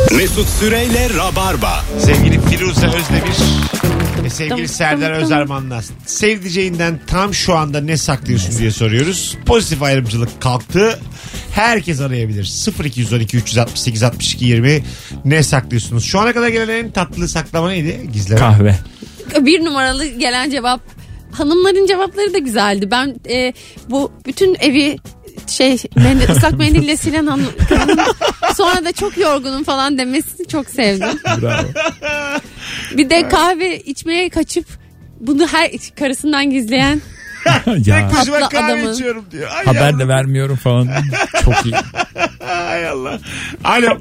Mesut Süreyle Rabarba. Sevgili Firuze Özdemir ve sevgili Serdar Özerman'la sevdiceğinden tam şu anda ne saklıyorsun diye soruyoruz. Pozitif ayrımcılık kalktı. Herkes arayabilir. 0212 368 62 20 ne saklıyorsunuz? Şu ana kadar gelen en tatlı saklama neydi? Gizleme. Kahve. Bir numaralı gelen cevap. Hanımların cevapları da güzeldi. Ben bu bütün evi ıslak mendille silen kadının sonra da çok yorgunum falan demesini çok sevdim. Bravo. Bir de kahve içmeye kaçıp bunu her Tek karısından gizleyen Ya başıma tatlı kahve adamın. içiyorum diyor. Ay haber yavrum. de vermiyorum falan. Çok iyi. Ay Allah. Alo.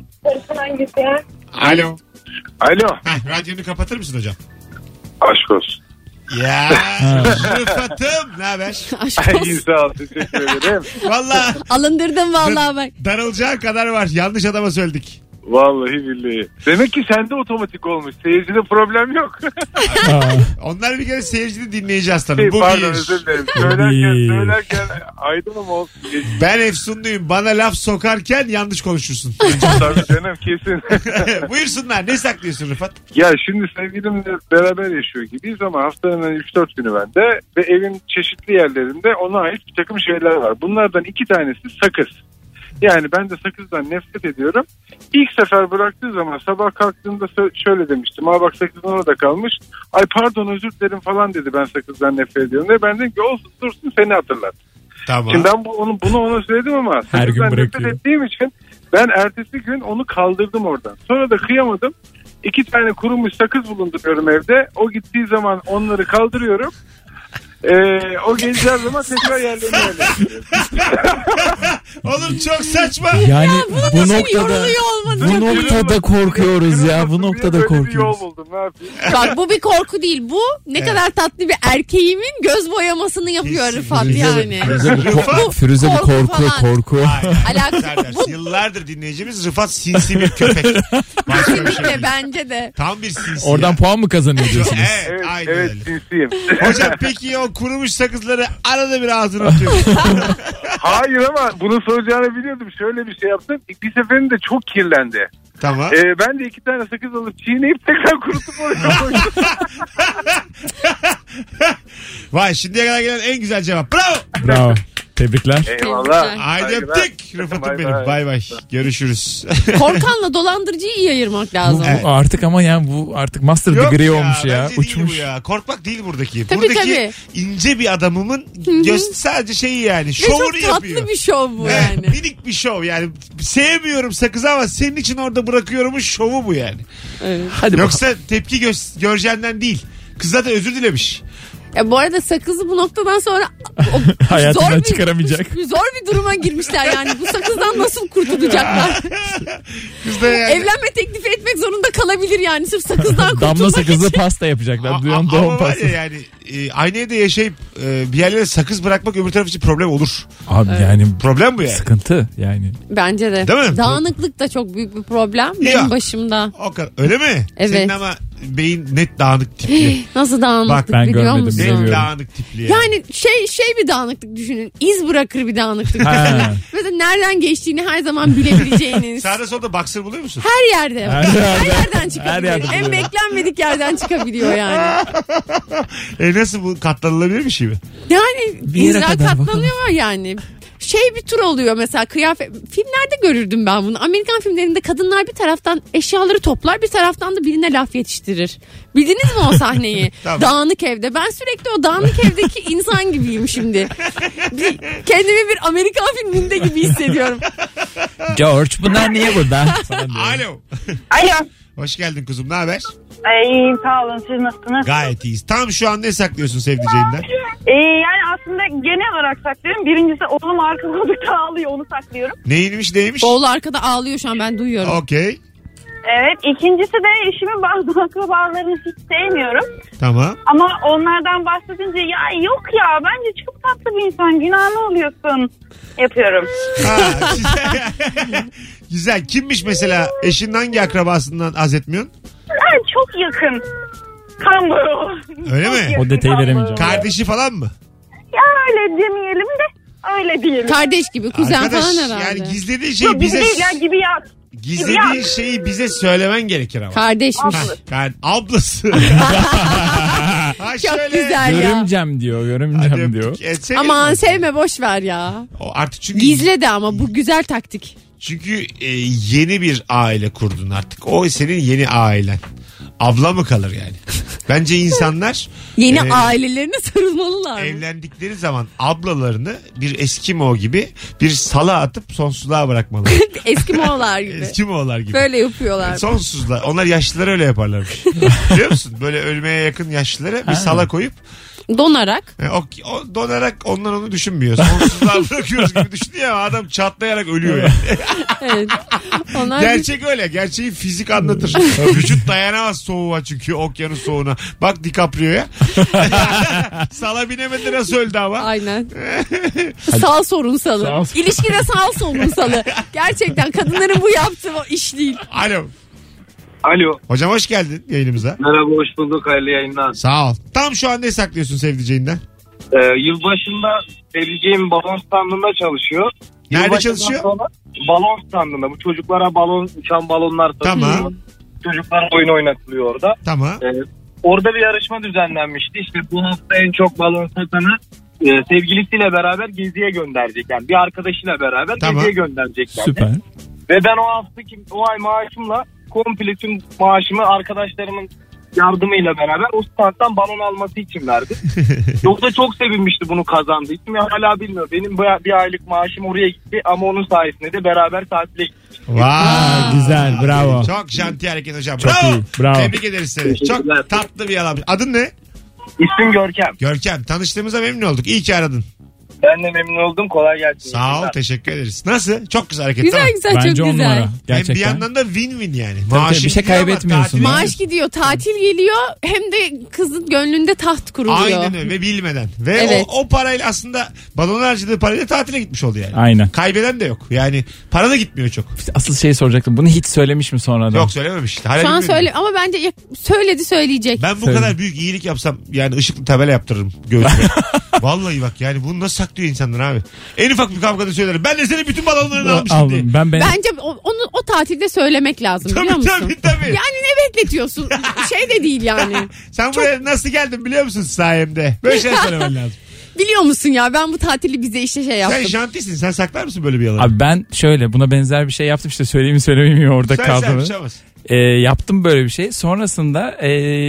Alo. Alo. Heh, radyonu kapatır mısın hocam? Aşk olsun. Ya Rıfat'ım ne haber? Aşk Ay olsun. sağ ol. Teşekkür ederim. Valla Alındırdım vallahi bak. darılacağı kadar var. Yanlış adama söyledik. Vallahi billahi. Demek ki sende otomatik olmuş. Seyircide problem yok. Onlar bir kere seyircili dinleyici aslanım. Bu Pardon bir. özür dilerim. Bir. Söylerken aydınım olsun. Ben efsunluyum. Bana laf sokarken yanlış konuşursun. Tabii canım kesin. Buyursunlar. Ne saklıyorsun Rıfat? Ya şimdi sevgilimle beraber yaşıyor gibiyiz ama haftanın 3-4 günü bende ve evin çeşitli yerlerinde ona ait bir takım şeyler var. Bunlardan 2 tanesi sakız. Yani ben de sakızdan nefret ediyorum. İlk sefer bıraktığı zaman sabah kalktığımda şöyle demiştim. Bak sakızın orada kalmış. Ay pardon özür dilerim falan dedi, ben sakızdan nefret ediyorum. Ve ben dedim ki olsun dursun seni hatırlat. Tamam. Şimdi ben bunu ona söyledim ama Her gün sakızdan nefret bırakıyor. ettiğim için ben ertesi gün onu kaldırdım oradan. Sonra da kıyamadım. 2 tane kurumuş sakız bulunduruyorum evde. O gittiği zaman onları kaldırıyorum. O geleceği zaman tekrar yerlerine yerleştiriyorum. Oğlum çok saçma. Yani bu Nasıl noktada yoruluyor olmadı? bu noktada korkuyoruz ya. Bu noktada Böyle bir yol korkuyoruz. buldum, ne yapayım? Bak bu bir korku değil. Bu ne kadar tatlı bir erkeğimin göz boyamasını yapıyor Kesin. Rıfat Firuze- yani. Firuze bu korku korku falan. korku. Hayır. Serdar, yıllardır dinleyicimiz Rıfat sinsi bir köpek. Başka bir şey Kesinlikle değil. bence de. Tam bir sinsi. Oradan puan mı kazanıyor diyorsunuz? Evet, Evet, aynen evet öyle. cinsiyim. Hocam peki o kurumuş sakızları arada bir ağzına atıyor. Hayır ama bunu soracağını biliyordum. Şöyle bir şey yaptım. Bir seferinde çok kirlendi. Tamam. Ben de 2 tane sakız alıp çiğneyip tekrar kurutup oraya koydum. Vay şimdiye kadar gelen en güzel cevap. Bravo. Bravo. Tebrikler. Eyvallah. Haydi Saygılar. öptük. Rıfat'ım Bay benim. bay. Bay bay. Görüşürüz. Korkanla dolandırıcıyı iyi ayırmak lazım. Bu artık ama yani bu artık master degree olmuş ya. bence değil Uçmuş. bu ya. Korkmak değil buradaki. Tabii, buradaki tabii. ince bir adamımın sadece şeyi yani. Ve Şovunu çok tatlı yapıyor. bir şov bu Evet, yani. minik bir şov yani. Sevmiyorum sakızı ama senin için orada bırakıyormuş şovu bu yani. Evet. Hadi Yoksa tepki göreceğinden değil. Kız zaten özür dilemiş. Bu arada sakızı bu noktadan sonra hayatından çıkaramayacak. Zor bir duruma girmişler yani. Bu sakızdan nasıl kurtulacaklar? Kız da yani. Evlenme teklifi etmek zorunda kalabilir yani. Sırf sakızdan kurtulmak Damla sakızlı için. pasta yapacaklar. Duyan Ama doğum var pastası. ya yani aynı evde yaşayıp bir yerlere sakız bırakmak öbür taraf için problem olur. Abi yani Problem bu yani. sıkıntı yani. Bence de. Değil mi? Dağınıklık da çok büyük bir problem. Ya. Benim başımda. O kadar. Öyle mi? Evet. Senin ama beyin net dağınık tipli. Nasıl dağınıklık Bak, ben biliyor görmedim, musun? Net bilmiyorum. dağınık tipli yani. Yani şey bir dağınıklık düşünün. İz bırakır bir dağınıklık. Ha. Mesela nereden geçtiğini her zaman bilebileceğiniz. Sağda solda boxer buluyor musun? Her yerde. Her Her yerde. yerden Her çıkabiliyor. yerde En buluyor. beklenmedik yerden çıkabiliyor yani. Nasıl bu katlanılabilir bir şey mi? Yani Bir yere güzel kadar katlanıyor yani. Bir tur oluyor mesela kıyafet. Filmlerde görürdüm ben bunu. Amerikan filmlerinde kadınlar bir taraftan eşyaları toplar, bir taraftan da birine laf yetiştirir. Bildiniz mi o sahneyi? Tamam. Dağınık evde. Ben sürekli o dağınık evdeki insan gibiyim şimdi. Kendimi bir Amerikan filminde gibi hissediyorum. George bunlar niye burada? Falan diyor. Alo. Alo. Hoş geldin kuzum. Ne haber? İyiyim sağ olun, siz nasılsınız? Gayet iyiyiz. Tam şu an ne saklıyorsun sevdiceğinden? Yani aslında genel olarak saklıyorum. Birincisi oğlum arka koltukta ağlıyor, onu saklıyorum. Neymiş? Oğlu arkada ağlıyor şu an, ben duyuyorum. Okey. Evet, ikincisi de eşimin bazı akrabalarını hiç sevmiyorum. Tamam. Ama onlardan bahsedince ya yok ya bence çok tatlı bir insan, günahını alıyorsun yapıyorum. Ha, güzel. Güzel. Kimmiş mesela? Eşinin hangi akrabasından haz etmiyorsun? Yani çok yakın. Kan bağı. Öyle Çok mi? yakın O detayı kan bağı. veremeyeceğim. Kardeşi falan mı? Ya öyle demeyelim de öyle diyelim. Kardeş gibi, kuzen Arkadaş, falan herhalde. yani gizlediği şey Yok gibi bize... değil ya, gibi ya. Gizlediğin şeyi bize söylemen gerekir ama. Kardeşmiş. Ablası. Ha, Çok şöyle. güzel ya. Görümcem diyor. Görümcem Hadi diyor. öptük. Senin Aman mi? sevme boş ver ya. O artık çünkü Gizle de ama bu güzel taktik. Çünkü yeni bir aile kurdun artık. O senin yeni ailen. Abla mı kalır yani? Bence insanlar Yeni ailelerine sarılmalılar. evlendikleri zaman ablalarını bir Eskimo gibi bir sala atıp sonsuzluğa bırakmalı. Eskimoğullar gibi. Eskimo'lar gibi. Böyle yapıyorlar. Sonsuzlar. Onlar yaşlılara öyle yaparlarmış. Biliyor musun? Böyle ölmeye yakın yaşlılara bir sala koyup Donarak. o donarak onlar onu düşünmüyor. Sonsuzluğa bırakıyoruz gibi düşünüyor ama adam çatlayarak ölüyor yani. Evet. Onlar Gerçek öyle. Gerçeği fizik anlatır. Vücut dayanamaz soğuğa çünkü okyanus soğuğuna. Bak DiCaprio'ya. Sala binemedi nasıl öldü ama. Aynen. Sal sorunsalı. İlişkide sal sorunsalı. Gerçekten kadınların bu yaptığı o iş değil. Alo. Alo. Hocam hoş geldin yayınımıza. Merhaba, hoş bulduk, hayırlı yayınlar. Sağ ol. Tam şu an ne saklıyorsun sevdiceğinden? Yılbaşında sevdiceğim balon standında çalışıyor. Nerede Yılbaşından çalışıyor? sonra balon standında. Bu çocuklara uçan balonlar satılıyor. Tamam. Çocuklara oyun oynatılıyor orada. Tamam. Orada bir yarışma düzenlenmişti. İşte bu hafta en çok balon satanı sevgilisiyle beraber geziye gönderecek. Yani bir arkadaşıyla beraber Tamam. geziye gönderecekler. Süper. Ve ben o ay maaşımla komple tüm maaşımı arkadaşlarımın yardımıyla beraber o standtan balon alması için verdim. Yoksa çok sevinmişti bunu kazandığı için. Hala bilmiyor. Benim bir aylık maaşım oraya gitti ama onun sayesinde de beraber tatile gittik. Vay. Güzel, bravo. Çok janti hareket hocam. Çok Bravo. iyi, bravo. Tebrik ederiz seni. Çok tatlı bir adam. Adın ne? İsmim Görkem. Görkem. Tanıştığımıza memnun olduk. İyi ki aradın. Ben de memnun oldum. Kolay gelsin. Sağ ol. Teşekkür ederiz. Nasıl? Çok güzel hareket. Güzel tamam. güzel Bence çok 10 güzel. numara. Hem Gerçekten. bir yandan da win-win yani. tabii, Maaşın bir şey gidiyor ama kaybetmiyorsun. tatile Maaş Maaş gidiyor, tatil geliyor, hem de kızın gönlünde taht kuruluyor. Aynen öyle ve bilmeden. Ve Evet. o parayla aslında balon harcadığı parayla tatile gitmiş oldu yani. Aynen. Kaybeden de yok. Yani para da gitmiyor çok. Asıl şeyi soracaktım. Bunu hiç söylemiş mi sonradan? Yok söylememiş işte. Hala Şu an bilmiyorum. söyle ama bence söyleyecek. Ben bu Söyle. kadar büyük iyilik yapsam yani ışıklı tabela yaptırırım göğsüme. Vallahi bak yani bunu nasıl saklıyor insanlar abi. En ufak bir kavgada söylerim. Ben de senin bütün balonlarını almışım diye. Aldım. Ben Bence onu o tatilde söylemek lazım, biliyor Tabii musun? tabii. Yani ne bekletiyorsun? Şey de değil yani. Sen buraya nasıl geldin biliyor musun sayemde? Böyle şeyler söylemen lazım. Biliyor musun ya, ben bu tatili bize işte şey Sen yaptım. jantisin. Sen saklar mısın böyle bir yalanı? Abi ben şöyle buna benzer bir şey yaptım, işte söyleyeyim mi söylemeyeyim mi orada sen kaldım. bir şey olmaz. Yaptım böyle bir şey. Sonrasında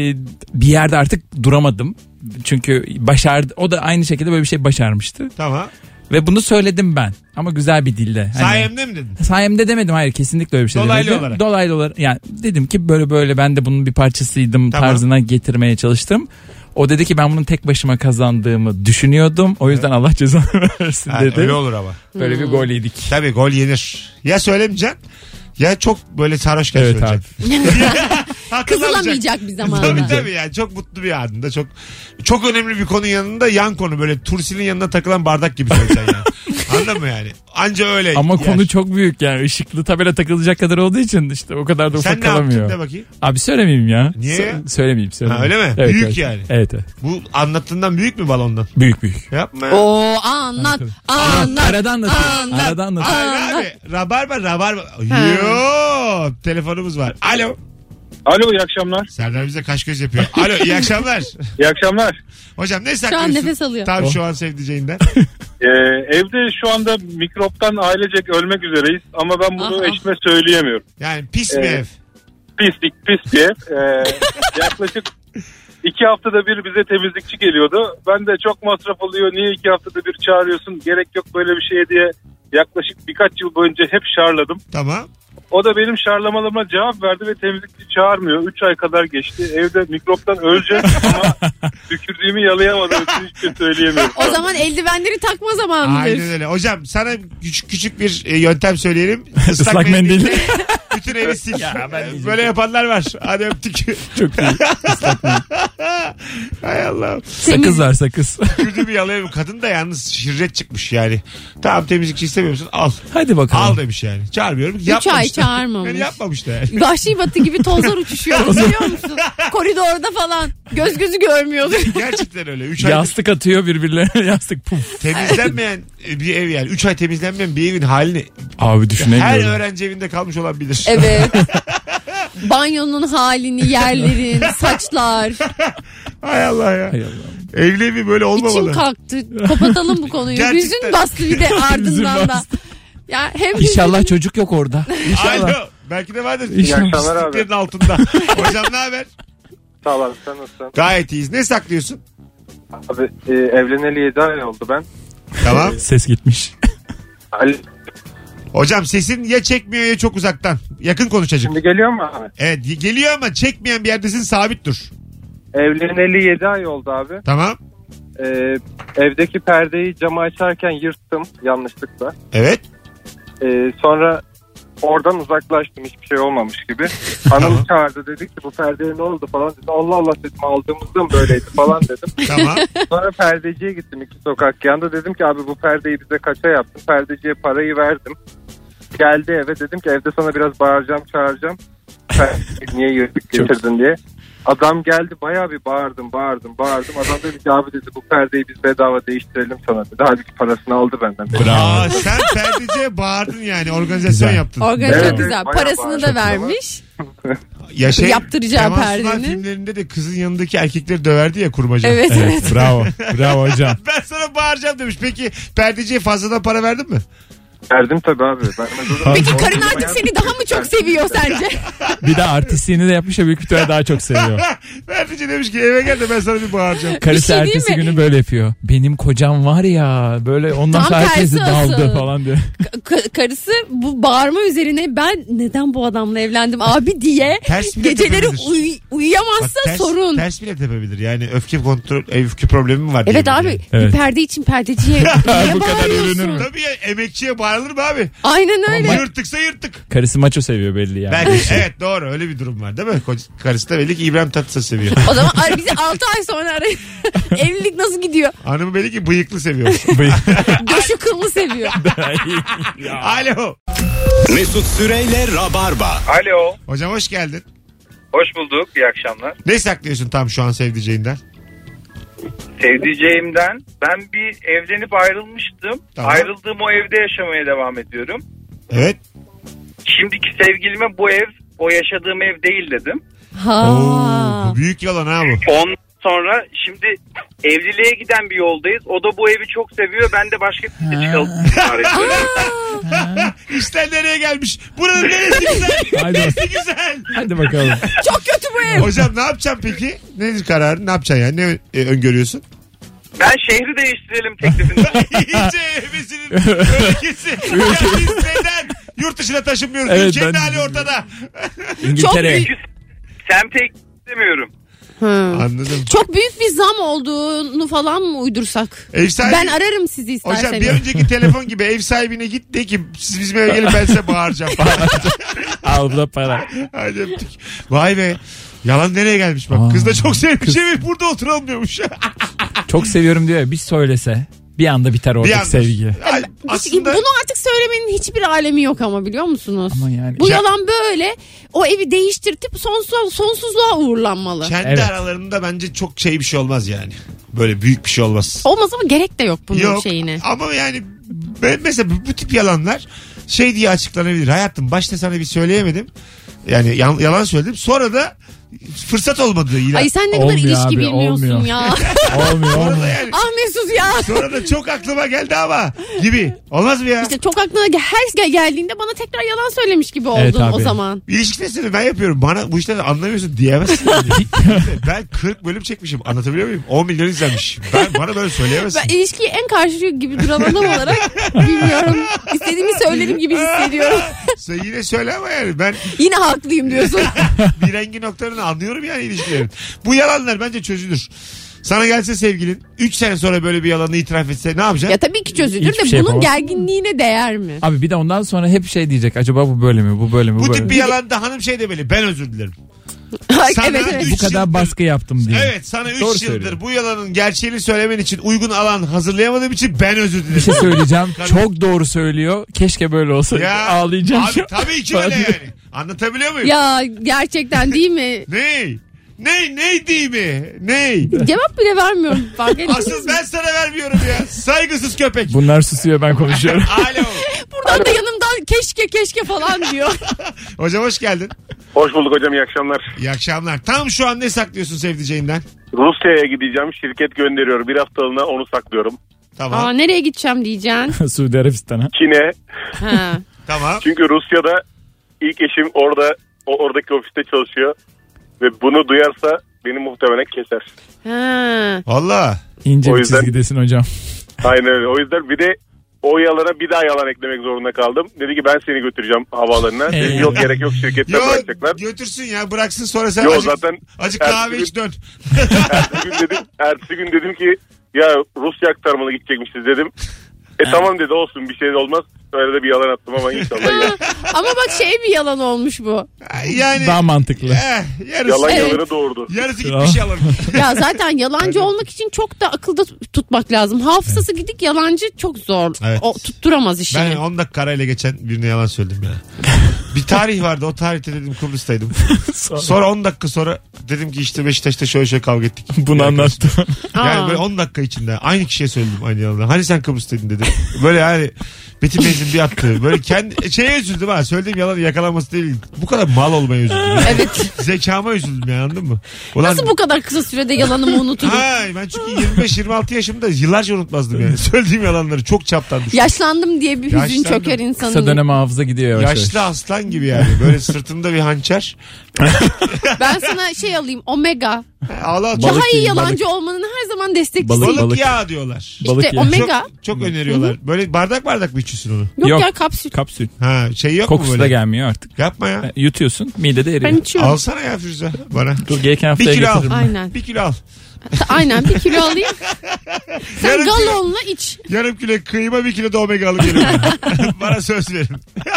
bir yerde artık duramadım. Çünkü başardı. O da aynı şekilde böyle bir şey başarmıştı. Tamam. Ve bunu söyledim ben. Ama güzel bir dille. Hani, Sayemde mi dedin? sayemde demedim, hayır, kesinlikle öyle bir şey Dolaylı demedim. olarak. Dolaylı olarak. Yani dedim ki böyle ben de bunun bir parçasıydım, Tamam. tarzına getirmeye çalıştım. O dedi ki ben bunun tek başıma kazandığımı düşünüyordum. O yüzden Allah cezanı versin Ha, dedi. öyle olur ama. Böyle bir gol yedik. Tabii gol yenir. Ya söylemeyeceksin ya çok böyle sarhoşken Evet abi. söyleyeceksin. Kızılamayacak bir Tabii zamanda. tabii yani çok mutlu bir anında çok önemli bir konu yanında yan konu böyle tursinin yanına takılan bardak gibi söyleyeceksin yani. Anladın mı yani? Anca öyle. Ama yer. konu çok büyük yani, ışıklı tabela takılacak kadar olduğu için işte o kadar da Sen ufak ne yaptın kalamıyor. de bakayım. Abi söylemeyeyim ya. Niye ya? Söylemeyeyim. Ha, öyle mi? Evet, Büyük evet. yani. Evet evet. Bu anlattığından büyük mü balondan? Büyük. Yapma. Oo anlat. Anlat. Arada anlatayım. Arada anlatayım. Hayır abi. Rabarba. Yo. Telefonumuz var. Alo. Alo, iyi akşamlar. Serdar bize kaş göz yapıyor. Alo iyi akşamlar. İyi akşamlar. Hocam ne saklıyorsun? nefes alıyor. Tam Oh. şu an sevdiceğinden. Evde şu anda mikroptan ailecek ölmek üzereyiz ama ben bunu Aha. eşime söyleyemiyorum. Yani pis mi ev? Pis bir ev. Yaklaşık 2 haftada bir bize temizlikçi geliyordu. Ben de çok masraf oluyor, niye 2 haftada bir çağırıyorsun, gerek yok böyle bir şeye diye yaklaşık birkaç yıl boyunca hep şarladım. Tamam. O da benim şarlamalarıma cevap verdi ve temizlikçi çağırmıyor. 3 ay kadar geçti. Evde mikroptan öleceğiz ama tükürdüğümü yalayamadığım için hiçbir şey söyleyemiyorum. O zaman eldivenleri takma zamanıdır. Aynen öyle. Hocam sana küçük bir yöntem söyleyelim. Islak mendil. mendille bütün evi sil. Böyle yapanlar var. Hadi öptük. Çok iyi. Hay Allah. Sakız var sakız. Tükürdüğümü yalayamıyorum. Kadın da yalnız şirret çıkmış yani. Tamam temizlikçi istemiyor musun? Al. Hadi bakalım. Al demiş yani. Çağırmıyorum. 3 ay Yapmamış da. çağırmamış. Yani yapmamış da yani. Vahşi Batı gibi tozlar uçuşuyor, biliyor musun? Koridorda falan göz gözü görmüyordu. Gerçekten öyle. 3 ay Yastık atıyor birbirlerine, yastık puf. temizlenmeyen bir ev yani 3 ay temizlenmeyen bir evin halini Abi düşünemiyorum. her öğrenci evinde kalmış olabilir. Evet. Banyonun halini, yerlerin, saçlar. Hay Allah ya. Hay Allah. Evli evi böyle olmamalı. İçim kalktı. Kapatalım bu konuyu. Gerçekten. Hüzün bastı bir de ardından da. bastı. Ya hem İnşallah çocuk yok orada. İnşallah. Alo. Belki de vardır. İyi akşamlar abi. Pisliklerin altında. Hocam ne haber? Sağ ol abi, sen nasılsın? Gayet iyiyiz. Ne saklıyorsun? Abi evleneli 7 ay oldu ben. Tamam. Ses gitmiş. Ali, Hocam sesin ya çekmiyor ya çok uzaktan. Yakın konuşacak. şimdi geliyor mu abi? Evet geliyor ama çekmeyen bir yerdesin, sabit dur. Evleneli 7 ay oldu abi. Tamam. Evdeki perdeyi camı açarken yırttım yanlışlıkla. Evet. Sonra oradan uzaklaştım, hiçbir şey olmamış gibi. Hanım çağırdı, dedi ki bu perdeye ne oldu falan dedi. Allah Allah dedim, aldığımızda mı böyleydi falan dedim. Tamam. Sonra perdeciye gittim 2 sokak yanında, dedim ki abi bu perdeyi bize kaça yaptın? Perdeciye parayı verdim. Geldi eve, dedim ki evde sana biraz bağıracağım çağıracağım. Niye yırtık getirdin diye. Adam geldi, bayağı bir bağırdım. Adam dedi ki abi dedi bu perdeyi biz bedava değiştirelim sana dedi. Halbuki parasını aldı benden. Aa, sen perdeciye bağırdın yani, organizasyon Güzel. yaptın. organizasyon Evet, güzel. bayağı Parasını da bağırdım vermiş. Ya Yaptıracağı Kemal Sunal perdenin. filmlerinde de kızın yanındaki erkekleri döverdi ya, kurmaca. Evet evet. Bravo. Bravo hocam. Ben sana bağıracağım demiş. Peki perdeciye fazladan para verdin mi? Verdim tabii abi. Peki karın artık seni daha mı çok seviyor sence? Bir de artistliğini de yapmış ya, büyük ihtimalle daha çok seviyor. Perdici demiş ki eve gel de ben sana bir bağıracağım. Karısı şey değil ertesi mi? günü böyle yapıyor. Benim kocam var ya böyle, ondan Tam sonra herkesi tersi daldı asıl. falan diyor. Karısı bu bağırma üzerine ben neden bu adamla evlendim abi diye Ters bile geceleri tepebilir. uyuyamazsa Bak, sorun. Ters bile tepebilir. Yani öfke problemi mi var Evet diyebilir abi yani. Evet. bir perde için perdeciye niye Bu kadar övünür bağırıyorsun? mü? Tabii ya, emekçiye bağırılır mı abi? Aynen öyle. Yırtıksa yırtık. Karısı maço seviyor belli yani. Belki evet, doğru, öyle bir durum var değil mi? Karısı da belli ki İbrahim Tatlıses seviyor. O zaman bizi 6 ay sonra arayın. Evlilik nasıl gidiyor? Hanımı belli ki bıyıklı seviyor. Göşü kıllı seviyor. Alo. Mesut Süreyle Rabarba. Alo. Hocam hoş geldin. Hoş bulduk. İyi akşamlar. Ne saklıyorsun tam şu an sevdiceğinden? Sevdiceğimden ben bir evlenip ayrılmıştım. Tamam. Ayrıldığım o evde yaşamaya devam ediyorum. Evet. Şimdiki sevgilime bu ev o yaşadığım ev değil dedim. Ha. Oo, bu büyük yalan ha bu. Ondan sonra şimdi evliliğe giden bir yoldayız. O da bu evi çok seviyor. Ben de başka bir şey çıkalım. İşler nereye gelmiş? Buranın neresi güzel? Hadi. Neresi güzel? Hadi bakalım. Çok kötü bu ev. Hocam ne yapacaksın peki? Nedir kararın? Ne yapacaksın yani? Ne öngörüyorsun? Ben şehri değiştirelim teklifini. İyice hevesinin ötekisi. Ya biz neden yurt dışına taşınmıyoruz? Evet, Ülkenin ben- hali ortada. İngiltere. Semte istemiyorum. Anladım. Çok büyük bir zam olduğunu falan mı uydursak? Ev sahibi... Ben ararım sizi isterseniz. Hocam bir önceki telefon gibi ev sahibine git de ki siz bizim eve gelin ben size bağıracağım. Al bu da para. Hadi öptük. Vay be. Yalan nereye gelmiş bak. Aa, Kız da çok sevmiş evi, burada oturulmuyormuş. Çok seviyorum diyor ya, bir söylese bir anda biter Bir oradaki anda. sevgi. Ay, aslında Bunu artık söylemenin hiçbir alemi yok ama biliyor musunuz? Ama yani- Bu Ya- yalan böyle o evi değiştirtip sonsuzluğa uğurlanmalı. kendi Evet. aralarında bence çok bir şey olmaz yani. Böyle büyük bir şey olmaz. Olmaz ama gerek de yok bunun Yok şeyine. ama yani ben mesela bu tip yalanlar şey diye açıklanabilir. Hayatım başta sana bir söyleyemedim. Yani yalan söyledim. Sonra da fırsat olmadı yine. Ay sen ne kadar Olmuyor ilişki abi, bilmiyorsun olmuyor. ya. Olmuyor Sonra da olmuyor. yani. Ah Mesut ya. Sonra da çok aklıma geldi ama gibi. Olmaz mı ya? İşte çok aklına her geldiğinde bana tekrar yalan söylemiş gibi oldun Evet abi. o zaman. İlişki testini ben yapıyorum. Bana bu işleri anlamıyorsun diyemezsin. Ben 40 bölüm çekmişim. Anlatabiliyor muyum? 10 milyon izlenmiş. Bana böyle söyleyemezsin. Ben ilişkiyi en karşı gibi duran adam olarak bilmiyorum. İstediğimi söylerim gibi hissediyorum. Sen yine söyle ama yani ben Yine haklıyım diyorsun. bir rengi noktalarını anlıyorum yani ilişkilerin. Bu yalanlar bence çözülür. Sana gelse sevgilin 3 sene sonra böyle bir yalanı itiraf etse ne yapacaksın? Ya tabii ki çözülür Hiçbir de şey bunun yapamaz. gerginliğine değer mi? Abi bir de ondan sonra hep şey diyecek. Acaba bu böyle mi? Bu böyle mi? Bu Bu böyle tip mi? bir yalanda hanım şey demeli. Ben özür dilerim. Sana evet evet. üç Bu kadar yıldır- baskı yaptım diye. Evet sana 3 Doğru yıldır söylüyor. bu yalanın gerçeğini söylemen için uygun alan hazırlayamadığım için ben özür dilerim. Bir şey söyleyeceğim. Kadın- Çok doğru söylüyor. Keşke böyle olsaydı. Ağlayacağım Abi şu an. tabii ki öyle yani. Anlatabiliyor muyum? Ya gerçekten değil mi? Ne? Ney değil mi? Ney? Cevap bile vermiyorum. Fark ettiniz Asıl mi? ben sana vermiyorum ya. Saygısız köpek. Bunlar susuyor, ben konuşuyorum. Alo. Buradan da yanımdan keşke falan diyor. Hocam hoş geldin. Hoş bulduk hocam, iyi akşamlar. İyi akşamlar. Tam şu an ne saklıyorsun sevdiceğinden? Rusya'ya gideceğim, şirket gönderiyor. Bir haftalığına onu saklıyorum. Tamam. Aa, nereye gideceğim diyeceksin. Suudi Arabistan'a. Çin'e. Ha. Tamam. Çünkü Rusya'da ilk eşim oradaki ofiste çalışıyor. Ve bunu duyarsa beni muhtemelen keser. Ha. Valla. İnce O bir yüzden- çizgidesin hocam. Aynen öyle. O yüzden bir de o yalana bir daha yalan eklemek zorunda kaldım. Dedi ki ben seni götüreceğim havaalanına. Dedim yok, gerek yok, şirkette Yok bırakacaklar. götürsün ya, bıraksın sonra sen Yok, azıcık, zaten azıcık ertesi kahve gün- iç dön. Ertesi gün dedim ki ya Rusya aktarmalı gidecekmişiz dedim. Tamam dedi, olsun bir şey de olmaz. Öyle de bir yalan attım ama inşallah ya. Ama bak bir yalan olmuş bu. Yani Daha mantıklı. yarısı, Yalan Evet. yalanı doğurdu. yarısı gitmiş yalan. Ya zaten yalancı olmak için çok da akılda tutmak lazım. Hafızası gidik yalancı çok zor. Evet. O tutturamaz işini. Ben 10 dakika arayla geçen birine yalan söyledim ya. Bir tarih vardı, o tarihte dedim Kıbrıs'taydım. Sonra 10 dakika sonra dedim ki işte Beşiktaş'ta şöyle kavga ettik. Bunu anlattım. Yani Aa. böyle 10 dakika içinde aynı kişiye söyledim aynı yalanı. Hani sen Kıbrıs'taydın dedim. Böyle yani Betim benzin bir attı. Böyle kendi şeye üzüldüm ha. Söylediğim yalanın yakalanması değil. Bu kadar mal olmaya üzüldüm. Yani. Evet. Zekama üzüldüm ya, anladın mı? Ulan, Nasıl bu kadar kısa sürede yalanımı unuturum? Ha, ben çünkü 25-26 yaşımda yıllarca unutmazdım yani. Söylediğim yalanları çok çaptan düştüm. Yaşlandım diye bir hüzün Yaşlandım. çöker insanın. Kısa dönem hafıza gidiyor yavaş yavaş. Yaşlı aslan gibi yani. Böyle sırtında bir hançer. Ben sana alayım, omega. Ağla Balık Daha iyi değil, yalancı olmanın her zaman destekçisiyim. Balık. balık yağı diyorlar. Balık İşte ya. omega. Çok öneriyorlar. Böyle bardak mı içiyorsun onu? Yok, Yok. ya kapsül. Kapsül. Ha, şey yok mu Kokusu böyle? da gelmiyor artık. Yapma ya. Yutuyorsun, midede eriyor. Ben içiyorum. Alsana ya Firuze bana. Dur, gereken Bir haftaya kilo al. getiririm. Aynen. 1 kilo al. Aynen 1 kilo alayım. Sen Yarım kilo- galonla iç. Yarım kilo kıyma, 1 kilo da omega alıp gelirim. Bana söz verin.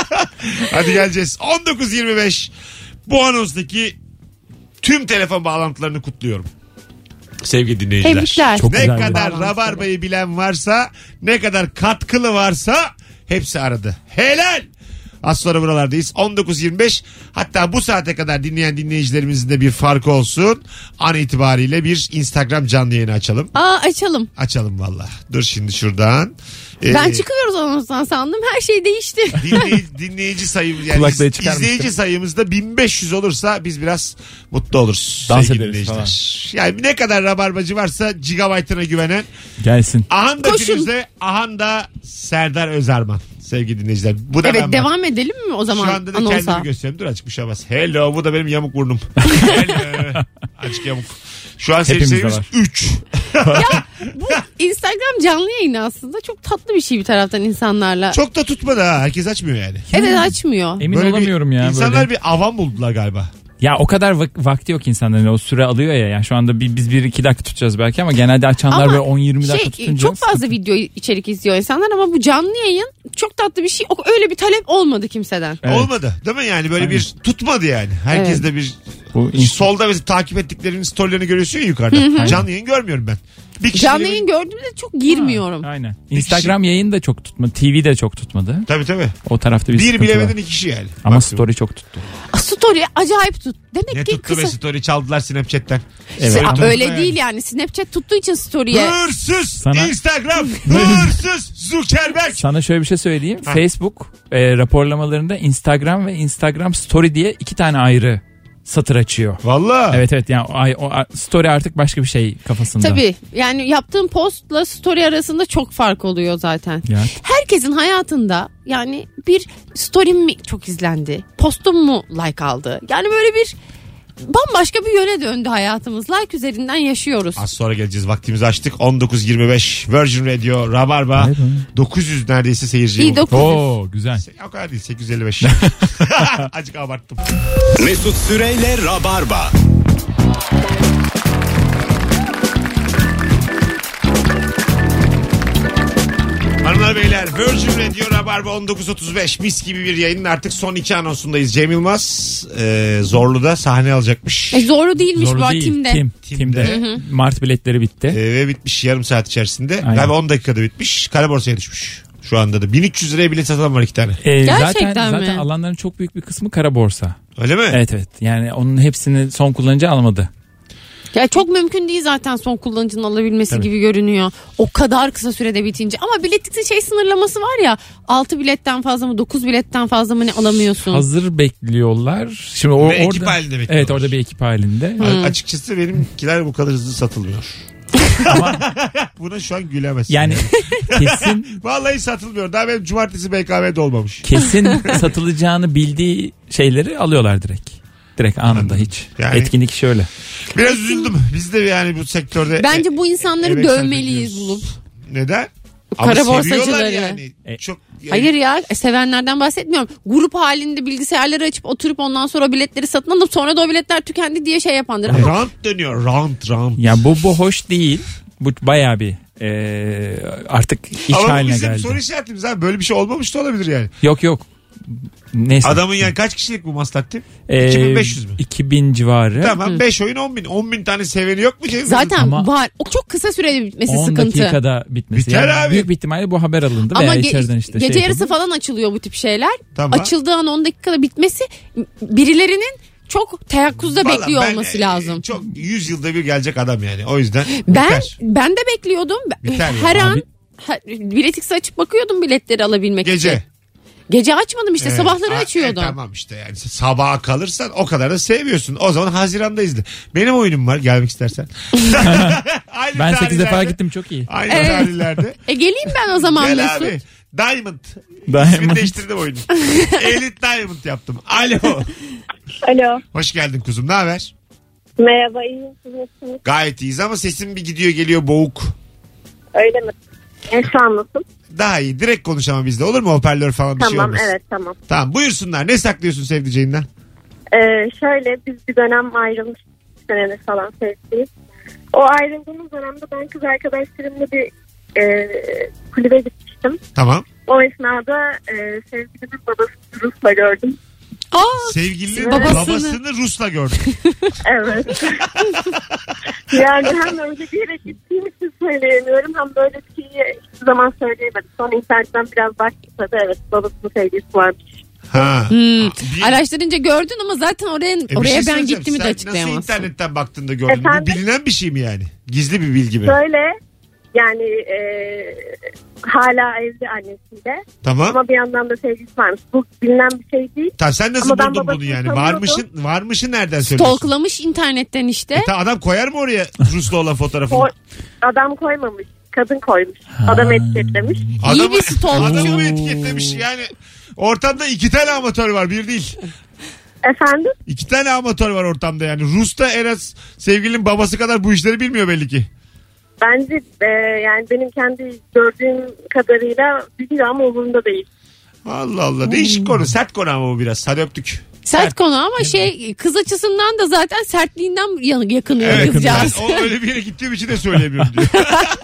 Hadi geleceğiz. 19.25. Bu anonstaki tüm telefon bağlantılarını kutluyorum. Sevgili dinleyiciler. Tebrikler. Çok Ne güzel bir kadar bağlantı. Rabarba'yı bilen varsa, ne kadar katkılı varsa hepsi aradı. Helal. Az sonra buralardayız. 19.25. Hatta bu saate kadar dinleyen dinleyicilerimizin de bir farkı olsun. An itibariyle bir Instagram canlı yayını açalım. Açalım. Açalım valla. Dur şimdi şuradan. Ben çıkıyoruz anonstan sandım. Her şey değişti. Dinleyici sayımız yani Kulaklığı çıkar izleyici mısın? sayımızda 1500 olursa biz biraz mutlu oluruz. Dans sevgili ederiz dinleyiciler. Yani ne kadar rabarbacı varsa gigabaytına güvenen. Gelsin. Ahan da Koşun. Firuze, ahan da Serdar Özarman. Sevgili dinleyiciler. Bu da Evet, ben bak. devam edelim mi o zaman Şu anda da anonsa? kendimi gösteriyorum. Dur, açık bir şey olmaz. Hello, bu da benim yamuk burnum. Hello. Açık yamuk. Şu an Hepimizde seyircilerimiz var. 3. Bu Instagram canlı yayını aslında çok tatlı bir şey bir taraftan insanlarla. Çok da tutmadı ha. Herkes açmıyor yani. Evet, açmıyor. Emin Böyle bir- olamıyorum ya. İnsanlar böyle. bir avam buldular galiba. Ya o kadar vakti yok insanların, o süre alıyor ya. Yani şu anda biz 1-2 dakika tutacağız belki ama genelde açanlar Ama böyle 10-20 dakika tutunca. çok fazla video içerik izliyor insanlar ama bu canlı yayın çok tatlı bir şey. Öyle bir talep olmadı kimseden. Evet. Olmadı değil mi yani, böyle bir tutmadı yani. Herkes Evet. de bir Bu solda mesela takip ettiklerinin storylerini görüyorsun ya yukarıda. Canlı yayın görmüyorum ben. Bir kişi Canlı bile- yayın gördüğümde çok girmiyorum. Aynen. Instagram yayını da çok tutmadı. TV de çok tutmadı. Tabii. O tarafta bir Bir sıkıntı bilemedin var. 2 kişi yani. Ama Baktım. story çok tuttu. Story acayip tut. Demek Ne ki tuttu be kısa. story, çaldılar Snapchat'ten. Evet. Story tuttu Öyle yani. değil yani. Snapchat tuttuğu için story'e. Hırsız Sana- Instagram, hırsız Zuckerberg. Sana şöyle bir şey söyleyeyim. Ha. Facebook raporlamalarında Instagram ve Instagram Story diye 2 tane ayrı satır açıyor. Valla. Evet yani o story artık başka bir şey kafasında. Tabii yani yaptığın postla story arasında çok fark oluyor zaten. Ya. Herkesin hayatında yani bir story'm mi çok izlendi, postum mu like aldı. Yani böyle bir bambaşka bir yöne döndü hayatımız. Like üzerinden yaşıyoruz. Az sonra geleceğiz, vaktimizi açtık. 19.25 Virgin Radio Rabarba. Hayır, 900 neredeyse seyirci. İyi, 900. Oo güzel. O kadar değil, 855. Azıcık abarttım. Mesut Süreyle Rabarba. Hanımlar beyler, Virgin Radio Rabarba 19.35 mis gibi bir yayının artık son 2 anonsundayız. Cem Yılmaz Zorlu'da sahne alacakmış. Zoru değilmiş Zor bu değil. Tim'de. Tim'de. Mart biletleri bitti. Ve bitmiş yarım saat içerisinde. Aynen. Galiba 10 dakikada bitmiş. Kara borsaya düşmüş. Şu anda da 1300 liraya bilet satan var 2 tane. Gerçekten mi? Zaten alanların çok büyük bir kısmı kara borsa. Öyle mi? Evet. Yani onun hepsini son kullanıcı almadı. Ya çok mümkün değil zaten son kullanıcının alabilmesi gibi görünüyor. O kadar kısa sürede bitince. Ama biletlikte şey sınırlaması var ya. 6 biletten fazla mı 9 biletten fazla mı ne alamıyorsun? Hazır bekliyorlar. Şimdi Ve ekip halinde bekliyorlar. Evet, orada bir ekip halinde. Açıkçası benimkiler bu kadar hızlı satılmıyor. Buna şu an gülemezsin. Yani kesin Vallahi satılmıyor. Daha benim cumartesi BKM'de olmamış. kesin satılacağını bildiği şeyleri alıyorlar direkt. Direkt anında hiç. Yani- Etkinlik şöyle. Biraz üzüldüm. Biz de yani bu sektörde... Bence bu insanları emek sarf dövmeliyiz ediyoruz. bulup. Neden? Kara Ama borsacıları. seviyorlar yani. Çok... Hayır ya sevenlerden bahsetmiyorum. Grup halinde bilgisayarları açıp oturup ondan sonra biletleri satın alıp sonra da o biletler tükendi diye şey yapandır. Ama Round dönüyor. Round. Ya bu hoş değil. Bu bayağı bir artık iş Ama bu haline bizim geldi. soru işaretimiz abi. Böyle bir şey olmamış da olabilir yani. Yok. Neyse. Adamın yani kaç kişilik bu Maslak'tı? 2500 mü? 2000 civarı. Tamam 5 oyun 10 bin. 10 bin tane seveni yok mu? zaten Ama- var. O çok kısa sürede bitmesi 10 sıkıntı. dakikada bitmesi. Biter Yani abi. büyük bir ihtimalle bu haber alındı Ama veya içeriden işte gece şey yarısı yapıldı. falan açılıyor bu tip şeyler. Tamam. Açıldığı an 10 dakikada bitmesi birilerinin çok teyakkuzda Vallahi bekliyor ben, olması lazım. Çok 100 yılda bir gelecek adam yani. O yüzden Ben biter. de bekliyordum. Biter Her ya. an biletiksi açıp bakıyordum biletleri alabilmek için. Gece. Gece açmadım işte Evet. sabahları açıyordum. Tamam işte yani sabaha kalırsan o kadar da sevmiyorsun. O zaman Haziran'da izle. Benim oyunum var gelmek istersen. Aynı Ben 8 defa tarihlerde- gittim, çok iyi. Aynı Evet. tarihlerde. Geleyim ben o zaman Gel Mesut. abi. Diamond. Diamond. İsmini değiştirdim oyunu. Elite Diamond yaptım. Alo. Alo. Hoş geldin kuzum. Ne haber? Merhaba, iyiyim. Siz nasılsınız? Gayet iyiyiz ama sesin bir gidiyor geliyor boğuk. Öyle mi? Şu an nasıl? Daha iyi. Direkt konuş ama bizde. Olur mu? Hoparlör falan bir şey Tamam, olmasın. evet tamam. Tamam buyursunlar. Ne saklıyorsun sevdiceğinden? Şöyle biz bir dönem ayrılmıştık. 2 senedir falan sevgiliyiz. O ayrıldığımız dönemde ben kız arkadaşlarımla bir kulübe gitmiştim. Tamam. O esnada sevgilimin babasını Rus'la gördüm. Sevgilinin Babasını. babasını Rus'la gördüm. Evet. Yani hem öyle bir yere gittiğim için söyleyemiyorum hem böyle bir şeyi hiçbir zaman söyleyemedim. Sonra internetten biraz baktım tabii evet babasının sevgilisi varmış. Ha. Bir- Araştırınca gördün ama zaten oraya bir oraya şey ben söyleyeceğim. gittim de Sen açıklayamazsın. nasıl internetten baktığında gördün? Efendim? Bu bilinen bir şey mi yani? Gizli bir bilgi mi? Böyle yani hala evli annesiyle Tamam. ama bir yandan da sevgilisi varmış. Bu bilinen bir şey değil. Tamam sen nasıl Ama ben buldun bunu babasını yani? tanıyordum. Varmışın nereden söylüyorsun? Stalklamış internetten işte. Adam koyar mı oraya Rus'la olan fotoğrafını? Adam koymamış. Kadın koymuş. Adam etiketlemiş. İyi bir stalkçu. Adamı etiketlemiş yani. Ortamda 2 tane amatör var, bir değil. Efendim? 2 tane amatör var ortamda yani. Rus da en az sevgilinin babası kadar bu işleri bilmiyor belli ki. Bence yani benim kendi gördüğüm kadarıyla biliyor ama umurunda değil. Allah Allah. Değişik konu. Sert konu ama bu biraz. Hadi öptük. Sert konu ama kız açısından da zaten sertliğinden yakınıyor Evet. kızcağız. Ben o öyle bir yere gittiğim için de söyleyemiyorum diyor.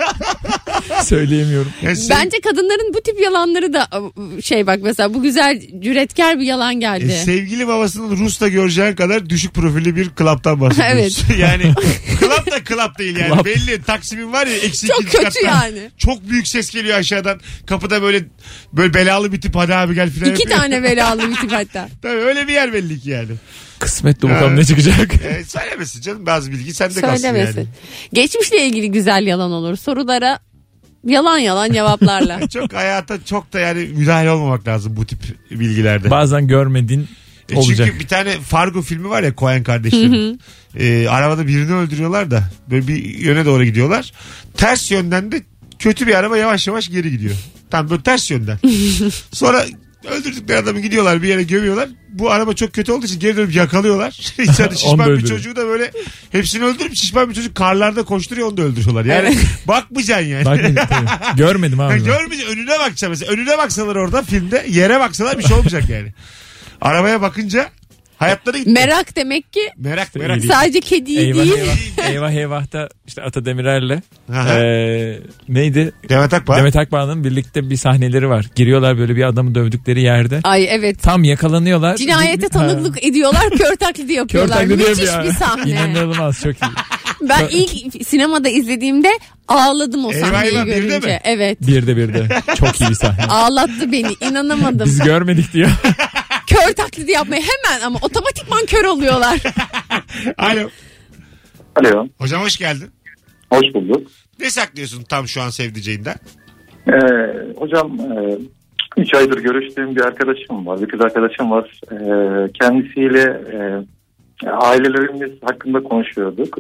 Söyleyemiyorum. Yani sen- Bence kadınların bu tip yalanları da bak mesela bu güzel cüretkar bir yalan geldi. sevgili babasının Rus'ta göreceğin kadar düşük profilli bir klaptan bahsediyoruz. Yani klap değil yani. Klap. Belli. Taksim'in var ya eksi Çok 2. kötü katta. yani. Çok büyük ses geliyor aşağıdan. Kapıda böyle belalı bir tip hadi abi gel filan 2 yapıyor. tane belalı bir tip hatta. Tabii öyle bir yer belli ki yani. Kısmetli bakalım Evet. ne çıkacak. Söylemesin canım, bazı bilgi sende kalsın Söylemesin. yani. Geçmişle ilgili güzel yalan olur. Sorulara yalan cevaplarla. Çok hayata çok da yani müdahale olmamak lazım bu tip bilgilerde. Bazen görmediğin olacak. Çünkü bir tane Fargo filmi var ya, Coen kardeşlerin. Arabada birini öldürüyorlar da böyle bir yöne doğru gidiyorlar. Ters yönden de kötü bir araba yavaş yavaş geri gidiyor. Tam böyle ters yönden. Sonra öldürdükleri adamı gidiyorlar bir yere gömüyorlar. Bu araba çok kötü olduğu için geri dönüp yakalıyorlar. İçeride Onu şişman da bir öldürüyor. çocuğu da böyle hepsini öldürüp şişman bir çocuk karlarda koşturuyor, onu da öldürüyorlar. Yani bakmayacaksın yani. Bak, tabii. Görmedim abi. ben. Görmeyeceksin, önüne bakacaksın mesela. Önüne baksalar orada filmde, yere baksalar bir şey olmayacak yani. Arabaya bakınca hayatları gitti. Merak demek ki Merak. sadece kediyi Eyvah değil. eyvah eyvah'ta işte Ata Demirer'le Aha. neydi? Demet Akbağ. Demet Akbağ'ın birlikte bir sahneleri var. Giriyorlar böyle bir adamı dövdükleri yerde. Ay evet. Tam yakalanıyorlar. Cinayete tanıklık ediyorlar, kör taklidi Kör yapıyorlar. taklidi Müthiş yapıyor. bir sahne. İnanılmaz, çok iyi. Ben ilk sinemada izlediğimde ağladım o Eyvah sahneyi eyvah, bir de mi? görünce. Evet. Bir de. Çok iyi bir sahne. Ağlattı beni, inanamadım. Biz görmedik diyor. Kör taklidi yapmayı hemen ama otomatikman kör oluyorlar. Alo. Alo. Hocam hoş geldin. Hoş bulduk. Ne saklıyorsun tam şu an sevdiceğinden? Hocam 3 aydır görüştüğüm bir arkadaşım var. Bir kız arkadaşım var. Kendisiyle ailelerimiz hakkında konuşuyorduk.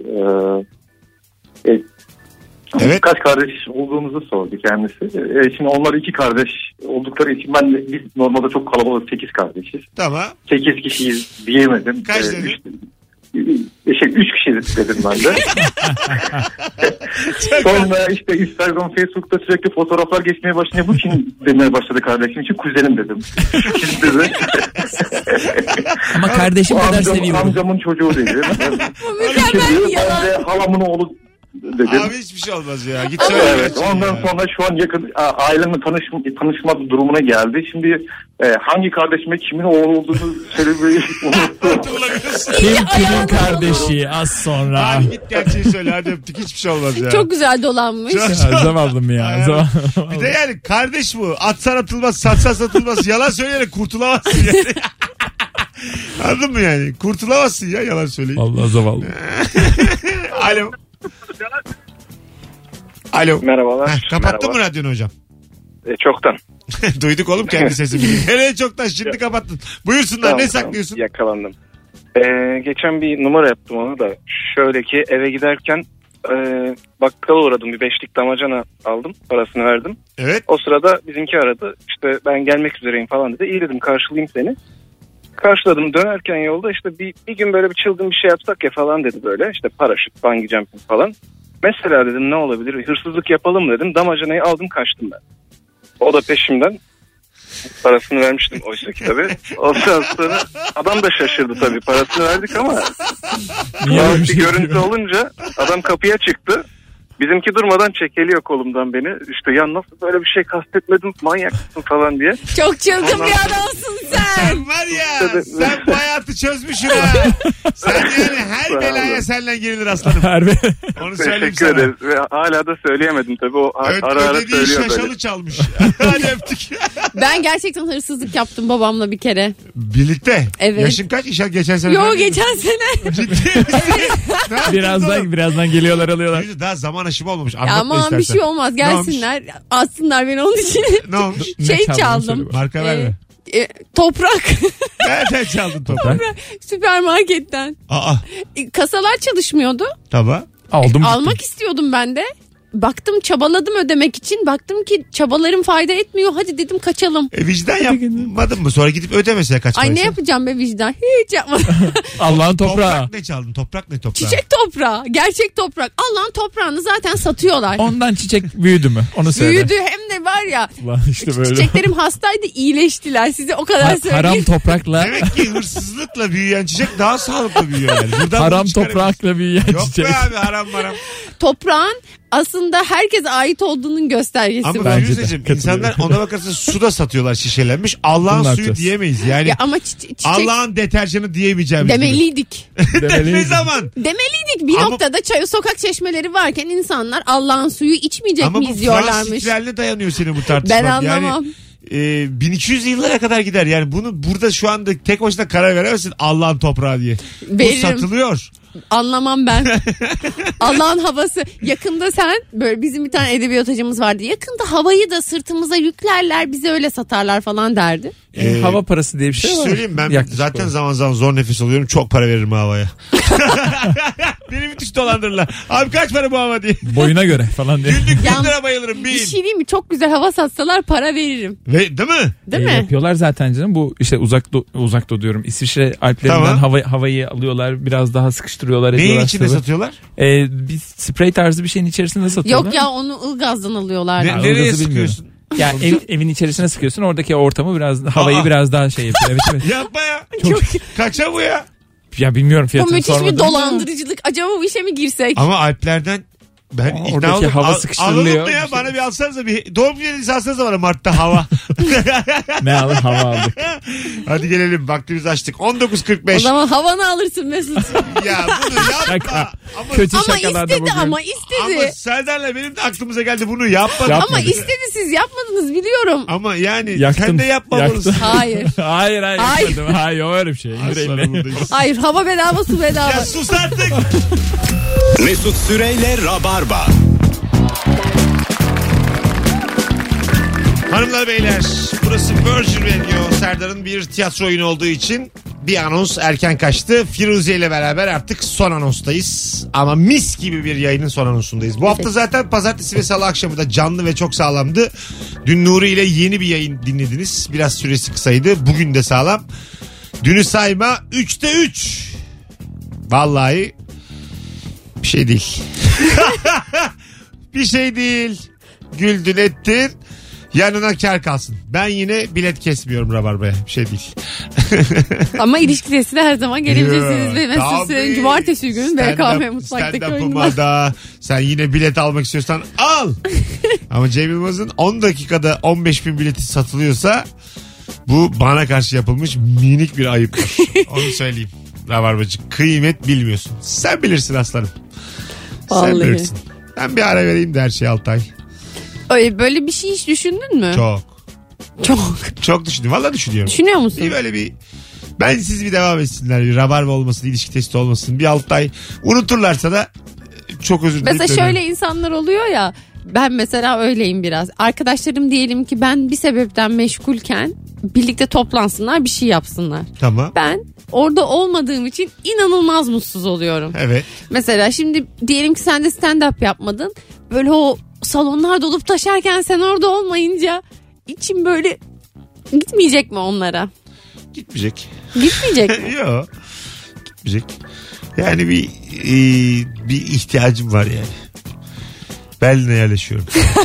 Evet. Kaç kardeş olduğumuzu sordu kendisi. Şimdi onlar 2 kardeş oldukları için biz normalde çok kalabalık 8 kardeşiz. Tamam. 8 kişiyiz diyemedim. Kaç dedin? 3 kişi dedim ben de. Sonra işte Instagram, Facebook'ta sürekli fotoğraflar geçmeye başlayınca bu kim demeye başladı kardeşim için. Kuzenim dedim. Dedi. Ama kardeşim kadar seviyorum. Amcamın çocuğu dedi. Mükemmel bir yalan. Ben de halamın oğlu dedim. Abi hiçbir şey olmaz ya. Git söyle. Evet, ondan sonra şu an yakın ailemle tanışma durumuna geldi. Şimdi hangi kardeşime kimin oğlu olduğunu söylemeyi unuttum. Hatırlamıyorsun. Kimin kardeşi az sonra. Hadi git gerçeği söyle. Hadi öptük. Hiçbir şey olmaz ya. Çok güzel dolanmış. Çok- Ya, zavaldım ya. Zavaldım. Bir de yani kardeş bu. Atsan atılmaz, satsan satılmaz. Yalan söyleyerek kurtulamazsın yani. Anladın mı yani? Kurtulamazsın ya yalan söyleyip. Vallahi zavallı. Alo. Alo. Merhabalar. Kapattın mı radyonu hocam? Çoktan. Duyduk oğlum kendi sesimi. Nereye çoktan şimdi kapattın. Buyursunlar ne saklıyorsun? Yakalandım. Geçen bir numara yaptım onu da. Şöyle ki eve giderken bakkala uğradım. Bir 5'lik damacana aldım. Parasını verdim. Evet. O sırada bizimki aradı. İşte ben gelmek üzereyim falan dedi. İyi dedim karşılayayım seni. Karşıladım, dönerken yolda işte bir gün böyle bir çılgın bir şey yapsak ya falan dedi böyle. İşte paraşüt, bungee jumping falan. Mesela dedim ne olabilir? Hırsızlık yapalım dedim. Damacanayı aldım kaçtım ben. O da peşimden. Parasını vermiştim oysa ki tabii. Ondan sonra adam da şaşırdı tabii. Parasını verdik ama Niye öyle bir bir şey görüntü yapıyor? olunca adam kapıya çıktı. Bizimki durmadan çekeliyor kolumdan beni. İşte ya nasıl böyle bir şey kastetmedim, manyak mısın falan diye. Çok çılgın bir adamsın sen. Sen var ya sen bu hayatı çözmüşsün ha. Sen yani her belaya senden gerilir aslanım. Harbi. Onu söyleyeyim Teşekkür sana. ederiz. Ve hala da söyleyemedim tabii. O ara ara Ödediği söylüyor şaşalı böyle. çalmış. Hadi öptük. Ben gerçekten hırsızlık yaptım babamla bir kere. Birlikte. Evet. Yaşın kaç? İnşallah geçen sene. Yo falan değil mi? geçen sene. Ciddi misin? Ne yaptınız oğlum? Birazdan geliyorlar alıyorlar. Daha zaman aşımı olmamış. Ya Anlatma aman istersen. bir şey olmaz Ne olmuş? gelsinler. Atsınlar beni onun için. Ne olmuş? Ne Şey çaldığını çaldım. söyle bak. Marka verme. Toprak. Nereden çaldın toprağı? Süpermarketten. Aa Kasalar çalışmıyordu. tamam. Aldım. Almak istiyordum ben de. Baktım çabaladım ödemek için. Baktım ki çabalarım fayda etmiyor. Hadi dedim kaçalım. Vicdan yapmadın mı? Sonra gidip ödemesine kaç Ay paraysa. ne yapacağım be vicdan? Hiç yapmadım. Allah'ın toprağı. Toprak ne çaldın? Toprak ne toprağı? Çiçek toprağı. Gerçek toprak. Allah'ın toprağını zaten satıyorlar. Ondan çiçek büyüdü mü? Onu söyle. Büyüdü hem de var ya. Ulan işte böyle. Çiçeklerim hastaydı iyileştiler. Size o kadar Haram söyleyeyim. toprakla. Demek ki hırsızlıkla büyüyen çiçek daha sağlıklı büyüyor yani. Buradan Haram bunu çıkarabiliriz. toprakla büyüyen Yok çiçek. be abi haram maram. Toprağın aslında herkese ait olduğunun göstergesi Ama bu. Bence de, Firuzeciğim katılıyorum. insanlar ona bakarsan su da satıyorlar şişelenmiş. Allah'ın Bunu suyu yapacağız. diyemeyiz yani. Ya ama çiçek Allah'ın deterjanı diyemeyeceğimiz. demeliydik. Ne Demeliydik. zaman? Demeliydik. Bir Ama- noktada sokak çeşmeleri varken insanlar Allah'ın suyu içmeyecek Ama bu miyiz Fransız diyorlarmış. ihtilaline dayanıyor senin bu tartışman. Ben anlamam. Yani 1200 yıllara kadar gider. Yani bunu burada şu anda tek başına karar veremezsin Allah'ın toprağı diye. Bu Veririm. satılıyor. Anlamam ben. Allah'ın havası. Yakında sen böyle bizim bir tane edebiyat hocamız vardı. Yakında havayı da sırtımıza yüklerler bize öyle satarlar falan derdi. Hava parası diye bir Bir şey şey var. söyleyeyim ben Yaklaşık zaten olarak. zaman zaman zor nefes alıyorum. Çok para veririm havaya. Beni müthiş dolandırırlar. Abi kaç para bu hava diye. Boyuna göre falan diye. Günlük 1000 Yan- lira bayılırım. Bir şey diyeyim mi? Çok güzel hava satsalar para veririm. Ve, değil mi? Değil mi? Yapıyorlar zaten canım. Bu işte uzak diyorum. İsviçre Alplerinden Tamam. havayı alıyorlar. Biraz daha sıkıştırıyorlar. Neyin ediyorlar içinde sıvı. satıyorlar? Bir sprey tarzı bir şeyin içerisinde satıyorlar. Yok ya onu ılgazdan alıyorlar. Ne, Ha, nereye ılgazı bilmiyorum. sıkıyorsun? Yani evin içerisine sıkıyorsun. Oradaki ortamı biraz havayı biraz daha şey yapıyor. Evet evet. Yapma ya. Kaça bu ya? Ya bilmiyorum Bu fiyatını müthiş sormadım. bir dolandırıcılık. Acaba bu işe mi girsek? Ama Alplerden ben ikna oradaki oldum. hava sıkıştırılıyor. Alalım da ya bana bir alsanıza bir doğum günü hediyesi alsanıza bana Mart'ta hava. Ne alır hava aldık. Hadi gelelim vaktimizi açtık. O 19.45. zaman havanı alırsın Mesut. Ya bunu yapma. Şaka. Ama, Kötü ama şakalarda istedi bugün. ama ama istedi. Serdar'la benim de aklımıza geldi bunu yapma. Yap. Ama yapmadı. istedi siz yapmadınız biliyorum. Ama yani Yaktın. sen de yapmamalısın. Yaktın. Hayır. Hayır Hayır. yapmadım. Hayır o öyle bir şey. İndir Aslanım elini. buradayız. Hayır hava bedava su bedava. Ya sus artık. Mesut Süreyle Rabarba. Hanımlar beyler, burası Virgin Radio. Serdar'ın bir tiyatro oyunu olduğu için bir anons erken kaçtı. Firuze ile beraber artık son anonstayız. Ama mis gibi bir yayının son anonsundayız. Bu hafta zaten pazartesi ve salı akşamı da canlı ve çok sağlamdı. Dün Nuri ile yeni bir yayın dinlediniz. Biraz süresi kısaydı. Bugün de sağlam. Dünü sayma 3'te 3. Vallahi bir şey değil. Bir şey değil. Güldün ettin. Yanına kar kalsın. Ben yine bilet kesmiyorum Rabarba'ya. Bir şey değil. Ama ilişki testine her zaman gelebilirsiniz. Ve Tabii. Mesut Süren'in cumartesi günü BKM Mutfak'taki oyunu var. Da sen yine bilet almak istiyorsan al. Ama Cem Yılmaz'ın 10 dakikada 15 bin bileti satılıyorsa bu bana karşı yapılmış minik bir ayıptır. Onu söyleyeyim. Rabarbacı kıymet bilmiyorsun. Sen bilirsin aslanım. Vallahi. Sen bilirsin. Ben bir ara vereyim de her şey Altay. Öyle böyle bir şey hiç düşündün mü? Çok Düşündüm. Valla düşünüyorum. Düşünüyor musun? Bir böyle bir bensiz bir devam etsinler. Bir Rabarba olmasın, ilişki testi olmasın. Bir Altay unuturlarsa da çok özür dilerim. Mesela şöyle insanlar oluyor ya. Ben mesela öyleyim biraz. Arkadaşlarım diyelim ki ben bir sebepten meşgulken birlikte toplansınlar, bir şey yapsınlar. Tamam. Ben orada olmadığım için inanılmaz mutsuz oluyorum. Evet. Mesela şimdi diyelim ki sen de stand-up yapmadın. Böyle o salonlar dolup taşarken sen orada olmayınca içim böyle gitmeyecek mi onlara? Gitmeyecek. Gitmeyecek mi? Yok. Gitmeyecek. Yani bir ihtiyacım var yani. Berlin'e yerleşiyorum.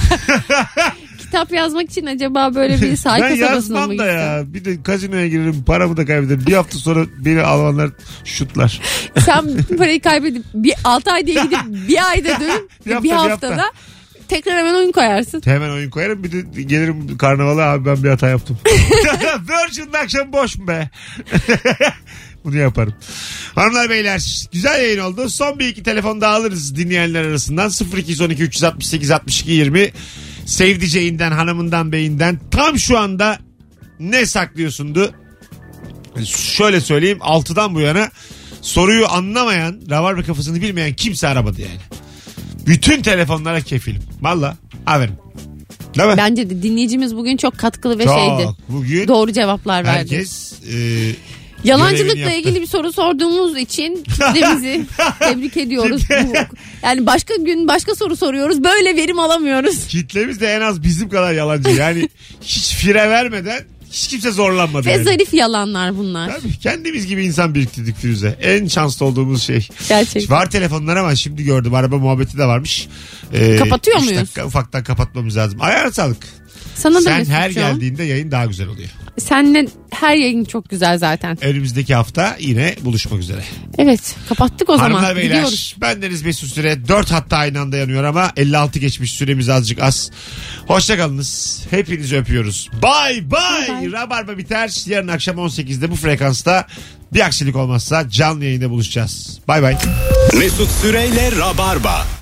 Kitap yazmak için acaba böyle bir sahil Ben kasabasına mı yazmam da gitsen? ya. Bir de gazinoya girerim, paramı da kaybederim. Bir hafta sonra beni Almanlar şutlar. Sen bütün parayı kaybedip 6 ay diye gidip bir ayda dönüp bir haftada tekrar hemen oyun koyarsın. Hemen oyun koyarım, bir de gelirim karnavala, abi ben bir hata yaptım. Virgin'in akşam boş mu be? Bunu yaparım. Hanımlar beyler, güzel yayın oldu. Son bir iki telefon daha alırız dinleyenler arasından. 0212 368 62 20. Sevdiceğinden, hanımından, beyinden tam şu anda ne saklıyorsundu? Şöyle söyleyeyim, 6'dan bu yana soruyu anlamayan, Rabarba kafasını bilmeyen kimse aramadı yani. Bütün telefonlara kefilim. Valla aferin. Değil mi? Bence de dinleyicimiz bugün çok katkılı ve Çok. şeydi. Bugün doğru cevaplar verdi. herkes Yalancılıkla görevini ilgili bir soru sorduğumuz için kitlemizi tebrik ediyoruz. Yani başka gün başka soru soruyoruz. Böyle verim alamıyoruz. kitlemiz de en az bizim kadar yalancı. Yani hiç fire vermeden hiç kimse zorlanmadı. Ve yani. zarif yalanlar bunlar. Tabii, kendimiz gibi insan biriktirdik Firuze. En şanslı olduğumuz şey. Gerçekten. Var telefonlar ama şimdi gördüm. Araba muhabbeti de varmış. Kapatıyor 3 muyuz? dakika ufaktan kapatmamız lazım. Ayağına sağlık. Sana da Sen Mesut'cum. her geldiğinde yayın daha güzel oluyor. Seninle her yayın çok güzel zaten. Önümüzdeki hafta yine buluşmak üzere. Evet, kapattık o zaman. Hanımlar beyler, Gidiyoruz. bendeniz Mesut Süre. 4 hatta aynı anda yanıyor ama 56 geçmiş, süremiz azıcık az. Hoşçakalınız. Hepinizi öpüyoruz. Bye bye. Bye. Rabarba biter. Yarın akşam 18'de bu frekansta, bir aksilik olmazsa canlı yayında buluşacağız. Bye bye. Mesut Süreyle Rabarba.